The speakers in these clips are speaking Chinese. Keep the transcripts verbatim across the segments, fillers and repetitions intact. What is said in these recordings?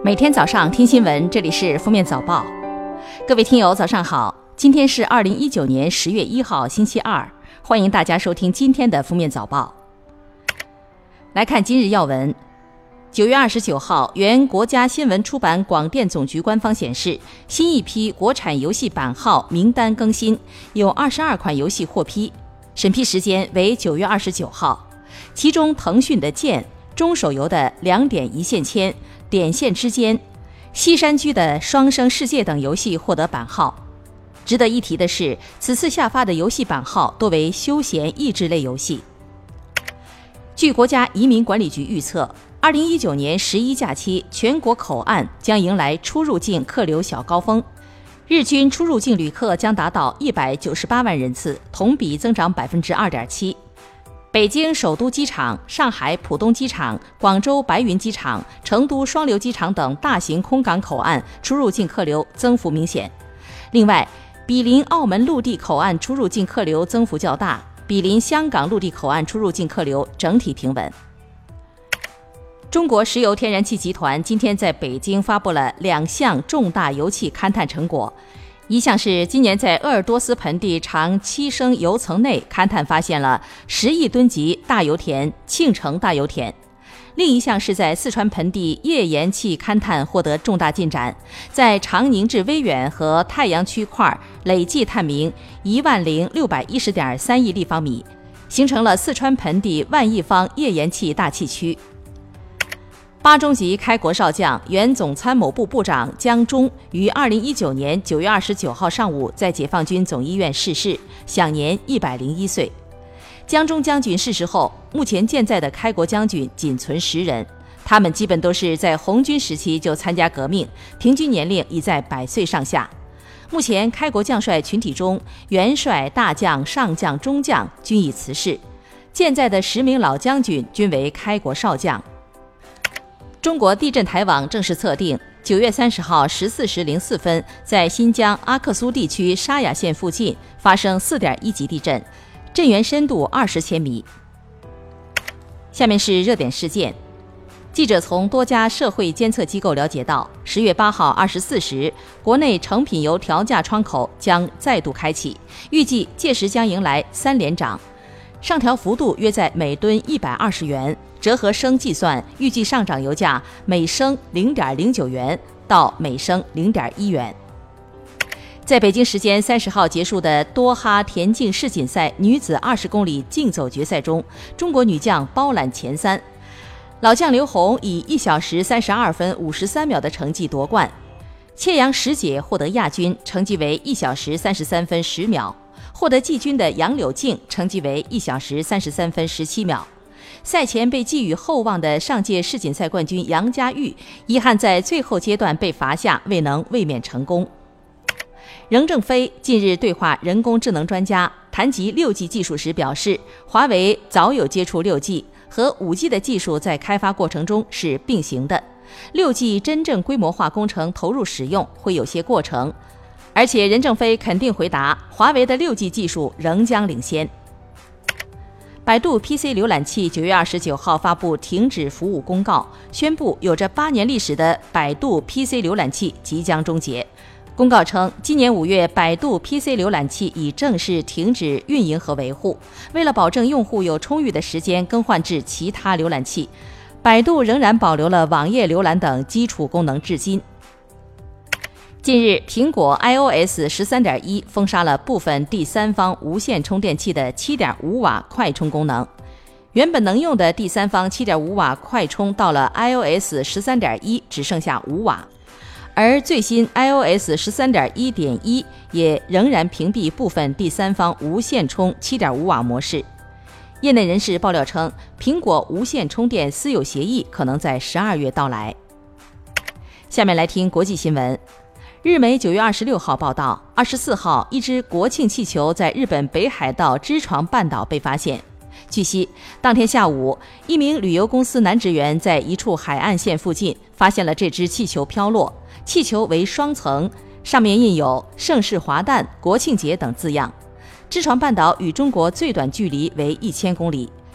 每天早上听新闻，这里是封面早报。各位听友早上好，今天是二零一九年十月一号星期二，欢迎大家收听今天的封面早报。来看今日要闻。九月二十九号，原国家新闻出版广电总局官方显示，新一批国产游戏版号名单更新，有二十二款游戏获批，审批时间为九月二十九号。其中腾讯的剑、中手游的两点一线牵、点线之间、西山居的双生世界等游戏获得版号。值得一提的是，此次下发的游戏版号多为休闲益智类游戏。据国家移民管理局预测，二零一九年十一假期全国口岸将迎来出入境客流小高峰，日均出入境旅客将达到一百九十八万人次，同比增长 百分之二点七。北京首都机场、上海浦东机场、广州白云机场、成都双流机场等大型空港口岸出入境客流增幅明显。另外，毗邻澳门陆地口岸出入境客流增幅较大，毗邻香港陆地口岸出入境客流整体平稳。中国石油天然气集团今天在北京发布了两项重大油气勘探成果，一项是今年在鄂尔多斯盆地长七升油层内勘探发现了十亿吨级大油田庆城大油田，另一项是在四川盆地页岩气勘探获得重大进展，在长宁至威远和太阳区块累计探明一万零六百一十点三亿立方米，形成了四川盆地万亿方页岩气大气区。八中级开国少将、原总参谋部部长江忠于二零一九年九月二十九号上午在解放军总医院逝世，享年一百零一岁。江忠将军逝世后，目前健在的开国将军仅存十人，他们基本都是在红军时期就参加革命，平均年龄已在百岁上下。目前开国将帅群体中，元帅、大将、上将、中将均已辞世，健在的十名老将军均为开国少将。中国地震台网正式测定，九月三十号十四时零四分，在新疆阿克苏地区沙雅县附近发生 四点一 级地震，震源深度二十千米。下面是热点事件。记者从多家社会监测机构了解到，十月八号二十四时，国内成品油调价窗口将再度开启，预计届时将迎来三连涨，上调幅度约在每吨一百二十元。折合升计算，预计上涨油价每升 零点零九元到每升 零点一元。在北京时间三十号结束的多哈田径世锦赛女子二十公里竞走决赛中，中国女将包揽前三，老将刘虹以一小时三十二分五十三秒的成绩夺冠，切阳石姐获得亚军，成绩为一小时三十三分十秒，获得季军的杨柳静成绩为一小时三十三分十七秒。赛前被寄予厚望的上届世锦赛冠军杨佳玉，遗憾在最后阶段被罚下，未能卫冕成功。任正非近日对话人工智能专家，谈及六 G 技术时表示，华为早有接触六 G， 和 五 G 的技术在开发过程中是并行的，六 G 真正规模化工程投入使用会有些过程，而且任正非肯定回答，华为的六 G 技术仍将领先。百度 P C 浏览器九月二十九号发布停止服务公告，宣布有着八年历史的百度 P C 浏览器即将终结。公告称，今年五月，百度 P C 浏览器已正式停止运营和维护。为了保证用户有充裕的时间更换至其他浏览器，百度仍然保留了网页浏览等基础功能至今。近日，苹果 iOS 十三点一 封杀了部分第三方无线充电器的 七点五瓦快充功能。原本能用的第三方 七点五瓦快充到了 iOS 十三点一 只剩下五瓦，而最新 iOS 十三点一点一 也仍然屏蔽部分第三方无线充 七点五瓦模式。业内人士爆料称，苹果无线充电私有协议可能在十二月到来。下面来听国际新闻。日媒九月二十六号报道，二十四号，一只国庆气球在日本北海道知床半岛被发现。据悉，当天下午，一名旅游公司男职员在一处海岸线附近发现了这只气球飘落，气球为双层，上面印有“盛世华诞”“国庆节”等字样。知床半岛与中国最短距离为一千公里。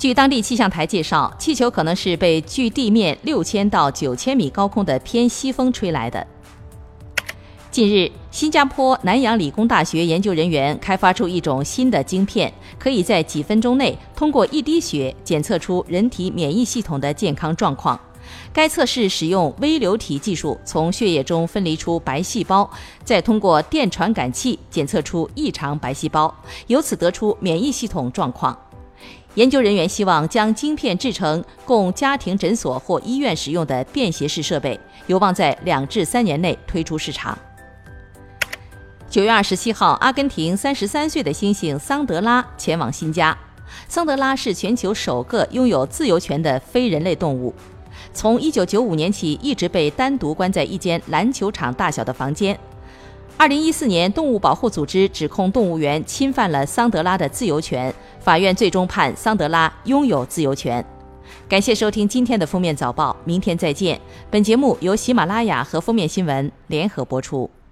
据当地气象台介绍，气球可能是被距地面六千到九千米高空的偏西风吹来的。近日，新加坡南洋理工大学研究人员开发出一种新的晶片，可以在几分钟内通过一滴血检测出人体免疫系统的健康状况。该测试使用微流体技术，从血液中分离出白细胞，再通过电传感器检测出异常白细胞，由此得出免疫系统状况。研究人员希望将晶片制成供家庭诊所或医院使用的便携式设备，有望在两至三年内推出市场。九月二十七号，阿根廷三十三岁的猩猩桑德拉前往新家。桑德拉是全球首个拥有自由权的非人类动物，从一九九五年起一直被单独关在一间篮球场大小的房间。二零一四年，动物保护组织指控动物园侵犯了桑德拉的自由权，法院最终判桑德拉拥有自由权。感谢收听今天的封面早报，明天再见。本节目由喜马拉雅和封面新闻联合播出。